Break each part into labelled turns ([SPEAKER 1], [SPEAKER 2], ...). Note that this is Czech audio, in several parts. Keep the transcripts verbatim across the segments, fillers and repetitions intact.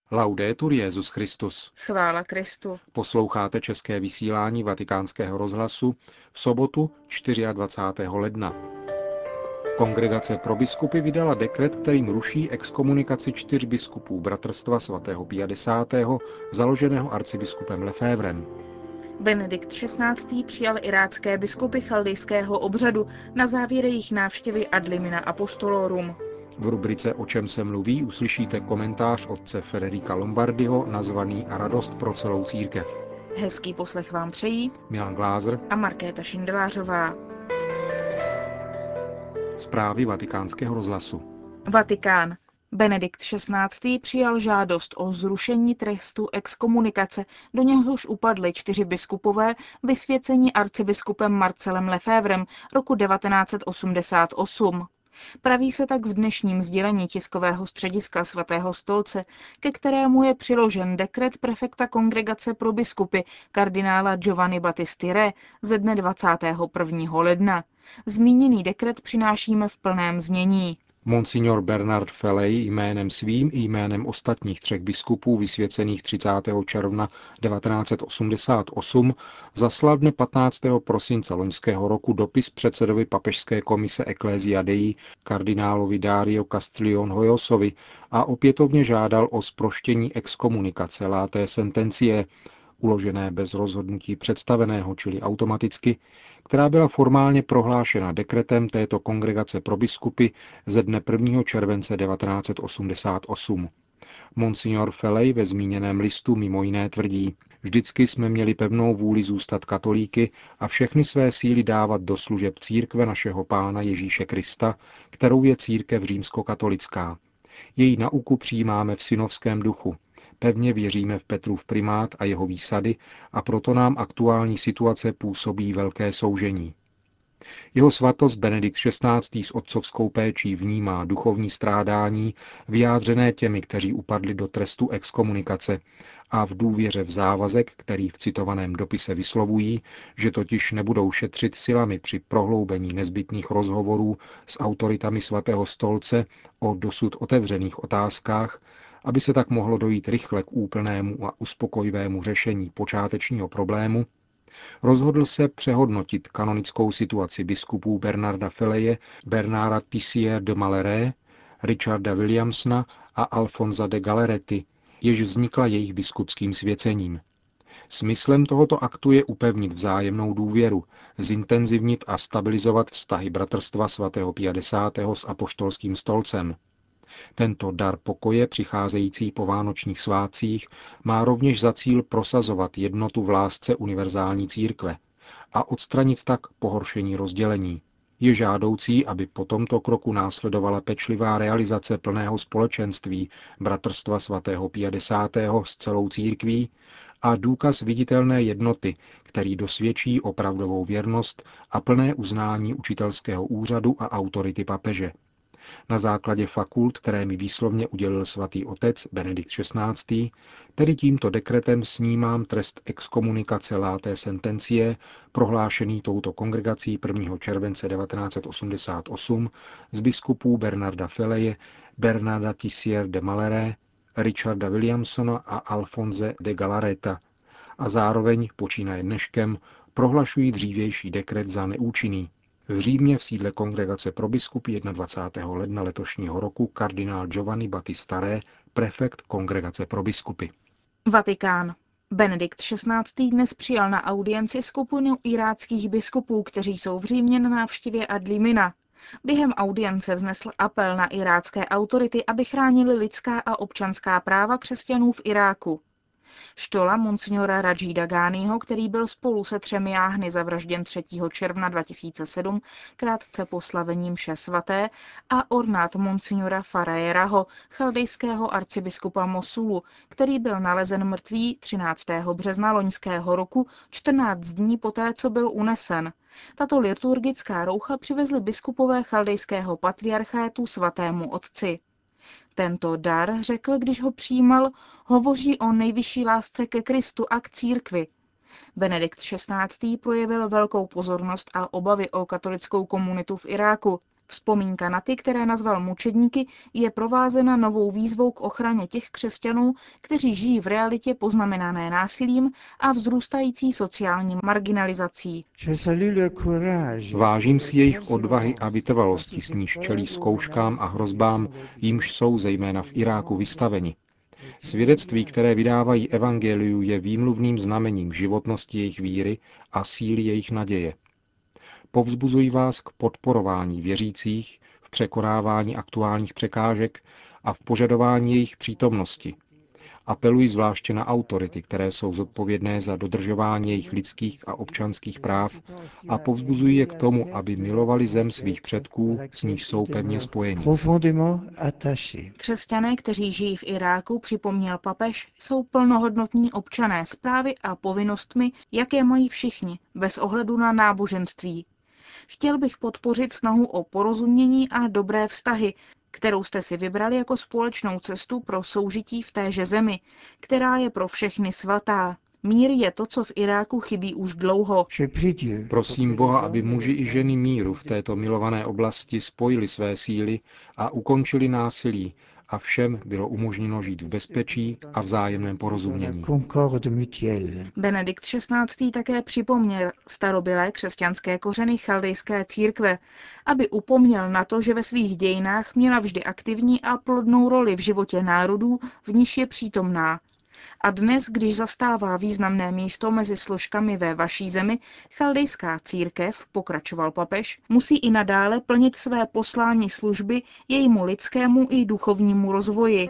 [SPEAKER 1] Laudetur Jesus Christus.
[SPEAKER 2] Chvála Kristu.
[SPEAKER 1] Posloucháte české vysílání Vatikánského rozhlasu v sobotu dvacátého čtvrtého ledna. Kongregace pro biskupy vydala dekret, kterým ruší exkomunikaci čtyř biskupů Bratrstva svatého Pia X., založeného arcibiskupem Lefévrem.
[SPEAKER 2] Benedikt šestnáctý. Přijal irácké biskupy chaldejského obřadu na závěr jejich návštěvy ad limina apostolorum.
[SPEAKER 1] V rubrice O čem se mluví uslyšíte komentář otce Federica Lombardiho nazvaný A radost pro celou církev.
[SPEAKER 2] Hezký poslech vám přejí
[SPEAKER 1] Milan Glázer
[SPEAKER 2] a Markéta Šindelářová.
[SPEAKER 1] Zprávy Vatikánského rozhlasu.
[SPEAKER 2] Vatikán. Benedikt šestnáctý. Přijal žádost o zrušení trestu exkomunikace, do něhož upadly čtyři biskupové, vysvěcení arcibiskupem Marcelem Lefévrem roku devatenáct set osmdesát osm. Praví se tak v dnešním sdělení tiskového střediska Svatého stolce, ke kterému je přiložen dekret prefekta Kongregace pro biskupy kardinála Giovanni Battisti Re ze dne dvacátého prvního ledna. Zmíněný dekret přinášíme v plném znění.
[SPEAKER 1] Monsignor Bernard Felley jménem svým i jménem ostatních třech biskupů vysvěcených třicátého června devatenáct set osmdesát osm zaslal dne patnáctého prosince loňského roku dopis předsedovi papežské komise Ecclesia Dei kardinálovi Dario Castiglione Hoyosovi a opětovně žádal o zproštění exkomunikace Laté sentencie, uložené bez rozhodnutí představeného, čili automaticky, která byla formálně prohlášena dekretem této kongregace pro biskupy ze dne prvního července devatenáct set osmdesát osm. Monsignor Felley ve zmíněném listu mimo jiné tvrdí: vždycky jsme měli pevnou vůli zůstat katolíky a všechny své síly dávat do služeb církve našeho Pána Ježíše Krista, kterou je církev římskokatolická. Její nauku přijímáme v synovském duchu. Pevně věříme v Petrův primát a jeho výsady a proto nám aktuální situace působí velké soužení. Jeho svatost Benedikt šestnáctý. S otcovskou péčí vnímá duchovní strádání vyjádřené těmi, kteří upadli do trestu exkomunikace a v důvěře v závazek, který v citovaném dopise vyslovují, že totiž nebudou šetřit silami při prohloubení nezbytných rozhovorů s autoritami Svatého stolce o dosud otevřených otázkách, aby se tak mohlo dojít rychle k úplnému a uspokojivému řešení počátečního problému, rozhodl se přehodnotit kanonickou situaci biskupů Bernarda Felleye, Bernarda Tissier de Malheré, Richarda Williamsona a Alfonsa de Galerety, jež vznikla jejich biskupským svěcením. Smyslem tohoto aktu je upevnit vzájemnou důvěru, zintenzivnit a stabilizovat vztahy Bratrstva svatého Pia X. s apoštolským stolcem. Tento dar pokoje, přicházející po vánočních svátcích, má rovněž za cíl prosazovat jednotu v lásce univerzální církve a odstranit tak pohoršení rozdělení. Je žádoucí, aby po tomto kroku následovala pečlivá realizace plného společenství Bratrstva svatého Pia X. s celou církví a důkaz viditelné jednoty, který dosvědčí opravdovou věrnost a plné uznání učitelského úřadu a autority papeže. Na základě fakult, které mi výslovně udělil svatý otec Benedikt šestnáctý., tedy tímto dekretem snímám trest exkomunikace Laté sentencie, prohlášený touto kongregací prvního července devatenáct set osmdesát osm z biskupů Bernarda Felleye, Bernarda Tissier de Malheré, Richarda Williamsona a Alfonse de Galareta a zároveň, počínaje dneškem, prohlašují dřívější dekret za neúčinný. V Římě v sídle Kongregace pro biskupy dvacátého prvního ledna letošního roku kardinál Giovanni Battista Re, prefekt Kongregace pro biskupy.
[SPEAKER 2] Vatikán. Benedikt šestnáctý. Dnes přijal na audienci skupinu iráckých biskupů, kteří jsou v Římě na návštěvě ad limina. Během audience vznesl apel na irácké autority, aby chránili lidská a občanská práva křesťanů v Iráku. Štola monsignora Radžída Gáního, který byl spolu se třemi jáhny zavražděn třetího června dva tisíce sedm, krátce po slavení mše svaté, a ornát monsignora Farajeraho, chaldejského arcibiskupa Mosulu, který byl nalezen mrtvý třináctého března loňského roku, čtrnáct dní poté, co byl unesen. Tato liturgická roucha přivezli biskupové chaldejského patriarchátu svatému otci. Tento dar, řekl, když ho přijímal, hovoří o nejvyšší lásce ke Kristu a k církvi. Benedikt šestnáctý. Projevil velkou pozornost a obavy o katolickou komunitu v Iráku. Vzpomínka na ty, které nazval mučedníky, je provázena novou výzvou k ochraně těch křesťanů, kteří žijí v realitě poznamenané násilím a vzrůstající sociální marginalizací.
[SPEAKER 1] Vážím si jejich odvahy a vytrvalosti, s níž čelí zkouškám a hrozbám, jímž jsou zejména v Iráku vystaveni. Svědectví, které vydávají evangeliu, je výmluvným znamením životnosti jejich víry a síly jejich naděje. Povzbuzuji vás k podporování věřících, v překonávání aktuálních překážek a v požadování jejich přítomnosti. Apeluji zvláště na autority, které jsou zodpovědné za dodržování jejich lidských a občanských práv, a povzbuzuji je k tomu, aby milovali zem svých předků, s níž jsou pevně spojeni.
[SPEAKER 2] Křesťané, kteří žijí v Iráku, připomněl papež, jsou plnohodnotní občané s právy a povinnostmi, jaké mají všichni, bez ohledu na náboženství. Chtěl bych podpořit snahu o porozumění a dobré vztahy, kterou jste si vybrali jako společnou cestu pro soužití v téže zemi, která je pro všechny svatá. Mír je to, co v Iráku chybí už dlouho.
[SPEAKER 1] Prosím Boha, aby muži i ženy míru v této milované oblasti spojili své síly a ukončili násilí, a všem bylo umožněno žít v bezpečí a vzájemném porozumění.
[SPEAKER 2] Benedikt šestnáctý. Také připomněl starobylé křesťanské kořeny chaldejské církve, aby upomněl na to, že ve svých dějinách měla vždy aktivní a plodnou roli v životě národů, v níž je přítomná. A dnes, když zastává významné místo mezi složkami ve vaší zemi, chaldejská církev, pokračoval papež, musí i nadále plnit své poslání služby jejímu lidskému i duchovnímu rozvoji.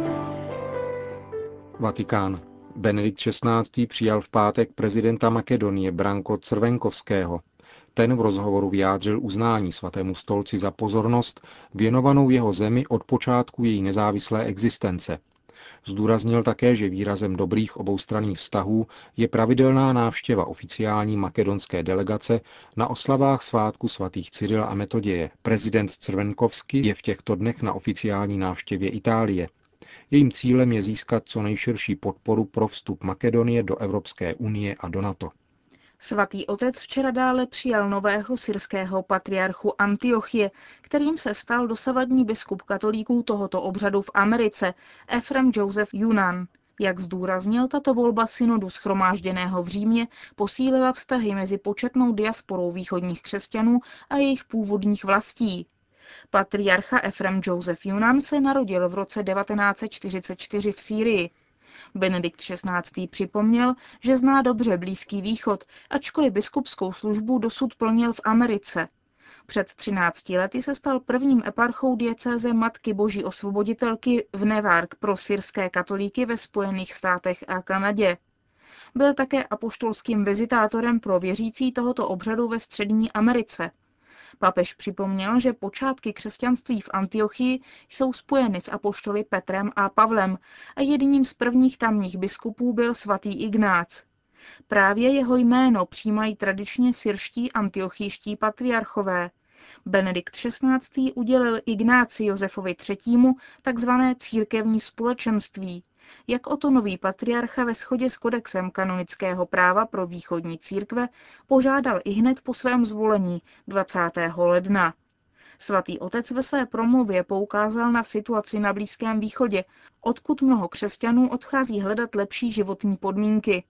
[SPEAKER 1] Vatikán. Benedikt šestnáctý. Přijal v pátek prezidenta Makedonie Branko Crvenkovského. Ten v rozhovoru vyjádřil uznání svatému stolci za pozornost věnovanou jeho zemi od počátku její nezávislé existence. Zdůraznil také, že výrazem dobrých oboustranných vztahů je pravidelná návštěva oficiální makedonské delegace na oslavách svátku svatých Cyrila a Metoděje. Prezident Crvenkovský je v těchto dnech na oficiální návštěvě Itálie. Jejím cílem je získat co nejširší podporu pro vstup Makedonie do Evropské unie a do NATO.
[SPEAKER 2] Svatý otec včera dále přijal nového syrského patriarchu Antiochie, kterým se stal dosavadní biskup katolíků tohoto obřadu v Americe, Efrem Joseph Yunan. Jak zdůraznil, tato volba synodu shromážděného v Římě posílila vztahy mezi početnou diasporou východních křesťanů a jejich původních vlastí. Patriarcha Efrem Joseph Yunan se narodil v roce devatenáct set čtyřicet čtyři v Sýrii. Benedikt šestnáctý. Připomněl, že zná dobře Blízký východ, ačkoliv biskupskou službu dosud plnil v Americe. Před třinácti lety se stal prvním eparchou diecéze Matky Boží osvoboditelky v Newark pro syrské katolíky ve Spojených státech a Kanadě. Byl také apoštolským vizitátorem pro věřící tohoto obřadu ve Střední Americe. Papež připomněl, že počátky křesťanství v Antiochii jsou spojeny s apoštoly Petrem a Pavlem a jedním z prvních tamních biskupů byl svatý Ignác. Právě jeho jméno přijímají tradičně syrští antiochijští patriarchové. Benedikt šestnáctý. Udělil Ignáci Josefovi třetímu takzvané církevní společenství. Jak o to nový patriarcha ve shodě s kodexem kanonického práva pro východní církve požádal ihned po svém zvolení dvacátého ledna. Svatý otec ve své promluvě poukázal na situaci na Blízkém východě, odkud mnoho křesťanů odchází hledat lepší životní podmínky.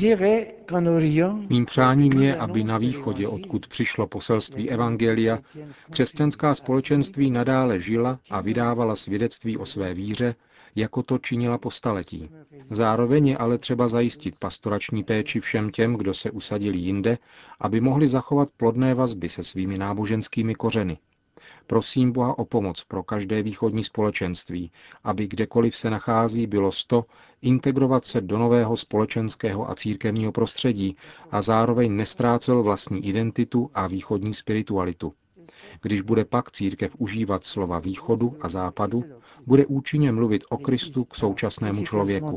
[SPEAKER 1] Mým přáním je, aby na východě, odkud přišlo poselství evangelia, křesťanská společenství nadále žila a vydávala svědectví o své víře, jako to činila po staletí. Zároveň je ale třeba zajistit pastorační péči všem těm, kdo se usadili jinde, aby mohli zachovat plodné vazby se svými náboženskými kořeny. Prosím Boha o pomoc pro každé východní společenství, aby kdekoliv se nachází, bylo sto integrovat se do nového společenského a církevního prostředí a zároveň nestrácel vlastní identitu a východní spiritualitu. Když bude pak církev užívat slova východu a západu, bude účinně mluvit o Kristu k současnému člověku.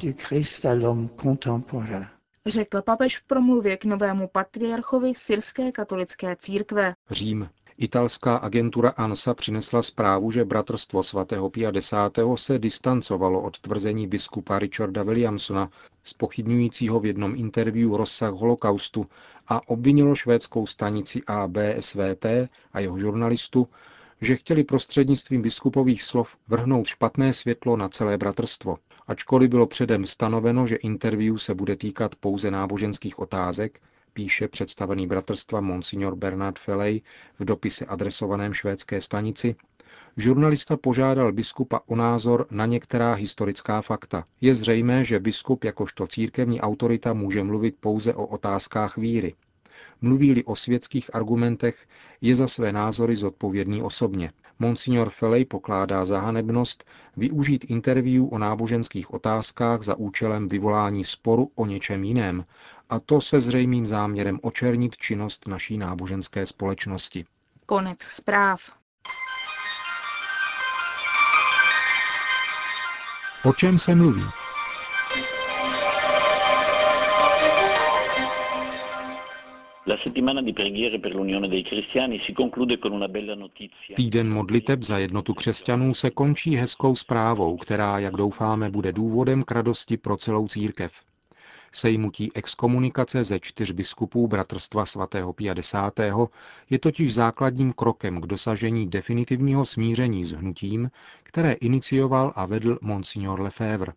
[SPEAKER 2] Řekl papež v promluvě k novému patriarchovi syrské katolické církve.
[SPEAKER 1] Řím. Italská agentura ANSA přinesla zprávu, že bratrstvo svatého Pia desátého. Se distancovalo od tvrzení biskupa Richarda Williamsona, zpochybňujícího v jednom interview rozsah holokaustu, a obvinilo švédskou stanici A B S V T a jeho žurnalistu, že chtěli prostřednictvím biskupových slov vrhnout špatné světlo na celé bratrstvo. Ačkoliv bylo předem stanoveno, že interview se bude týkat pouze náboženských otázek, píše představený bratrstva monsignor Bernard Felley v dopise adresovaném švédské stanici, žurnalista požádal biskupa o názor na některá historická fakta. Je zřejmé, že biskup jakožto církevní autorita může mluvit pouze o otázkách víry. Mluví-li o světských argumentech, je za své názory zodpovědný osobně. Monsignor Felley pokládá za hanebnost využít interview o náboženských otázkách za účelem vyvolání sporu o něčem jiném, a to se zřejmým záměrem očernit činnost naší náboženské společnosti.
[SPEAKER 2] Konec zpráv.
[SPEAKER 1] O čem se mluví? Týden modliteb za jednotu křesťanů se končí hezkou zprávou, která, jak doufáme, bude důvodem k radosti pro celou církev. Sejmutí exkomunikace ze čtyř biskupů bratrstva svatého Pia Desátého je totiž základním krokem k dosažení definitivního smíření s hnutím, které inicioval a vedl monsignor Lefebvre.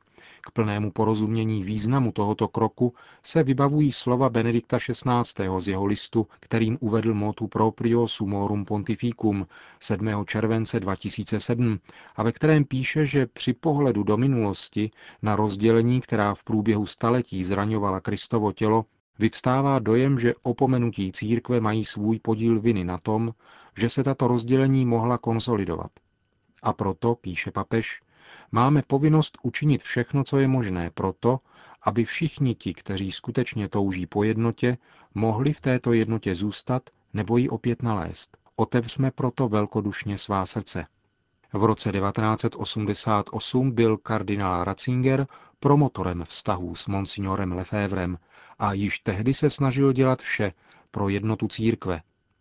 [SPEAKER 1] K plnému porozumění významu tohoto kroku se vybavují slova Benedikta šestnáctého z jeho listu, kterým uvedl motu proprio Summorum Pontificum sedmého července dva tisíce sedm a ve kterém píše, že při pohledu do minulosti na rozdělení, která v průběhu staletí zraňovala Kristovo tělo, vyvstává dojem, že opomenutí církve mají svůj podíl viny na tom, že se tato rozdělení mohla konsolidovat. A proto, píše papež, máme povinnost učinit všechno, co je možné proto, aby všichni ti, kteří skutečně touží po jednotě, mohli v této jednotě zůstat nebo ji opět nalézt. Otevřme proto velkodušně svá srdce. V roce devatenáct set osmdesát osm byl kardinál Ratzinger promotorem vztahů s monsignorem Lefebvrem a již tehdy se snažil dělat vše pro jednotu církve.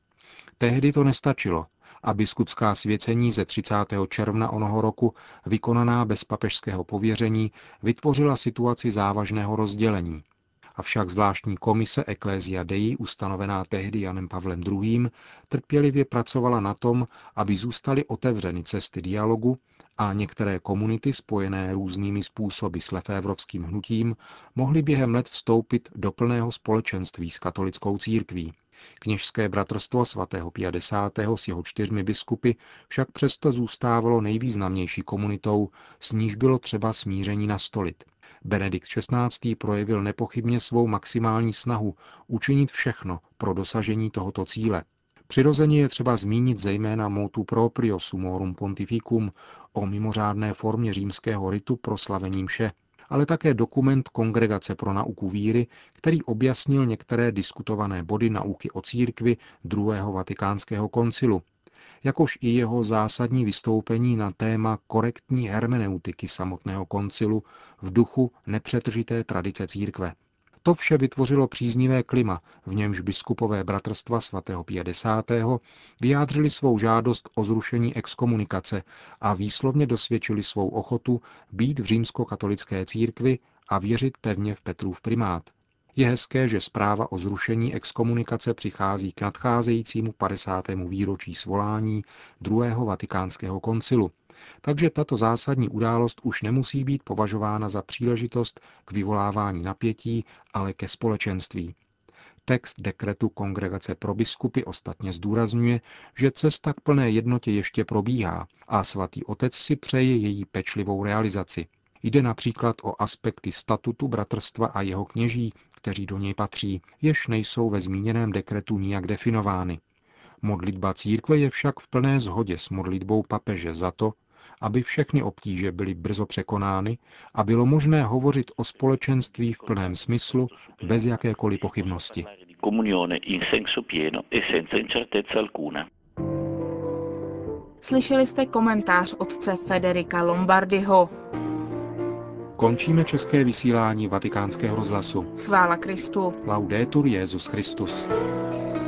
[SPEAKER 1] Tehdy to nestačilo a biskupská svěcení ze třicátého června onoho roku, vykonaná bez papežského pověření, vytvořila situaci závažného rozdělení. Avšak zvláštní komise Ecclesia Dei, ustanovená tehdy Janem Pavlem druhým., trpělivě pracovala na tom, aby zůstaly otevřeny cesty dialogu a některé komunity spojené různými způsoby s lefébrovským hnutím mohly během let vstoupit do plného společenství s katolickou církví. Kněžské bratrstvo svatého Pia Desátého s jeho čtyřmi biskupy však přesto zůstávalo nejvýznamnější komunitou, s níž bylo třeba smíření nastolit. Benedikt šestnáctý. Projevil nepochybně svou maximální snahu učinit všechno pro dosažení tohoto cíle. Přirozeně je třeba zmínit zejména motu proprio Summorum Pontificum o mimořádné formě římského ritu pro slavení mše, ale také dokument Kongregace pro nauku víry, který objasnil některé diskutované body nauky o církvi druhého vatikánského koncilu, jakož i jeho zásadní vystoupení na téma korektní hermeneutiky samotného koncilu v duchu nepřetržité tradice církve. To vše vytvořilo příznivé klima, v němž biskupové bratrstva svatého Pia Desátého. vyjádřili svou žádost o zrušení exkomunikace a výslovně dosvědčili svou ochotu být v římskokatolické církvi a věřit pevně v Petrův primát. Je hezké, že zpráva o zrušení exkomunikace přichází k nadcházejícímu padesátému výročí svolání druhého vatikánského koncilu. Takže tato zásadní událost už nemusí být považována za příležitost k vyvolávání napětí, ale ke společenství. Text dekretu Kongregace pro biskupy ostatně zdůrazňuje, že cesta k plné jednotě ještě probíhá a svatý otec si přeje její pečlivou realizaci. Jde například o aspekty statutu bratrstva a jeho kněží, kteří do něj patří, jež nejsou ve zmíněném dekretu nijak definovány. Modlitba církve je však v plné shodě s modlitbou papeže za to, aby všechny obtíže byly brzo překonány a bylo možné hovořit o společenství v plném smyslu bez jakékoliv pochybnosti.
[SPEAKER 2] Slyšeli jste komentář otce Federica Lombardiho.
[SPEAKER 1] Končíme české vysílání Vatikánského rozhlasu.
[SPEAKER 2] Chvála Kristu.
[SPEAKER 1] Laudetur Jesus Christus.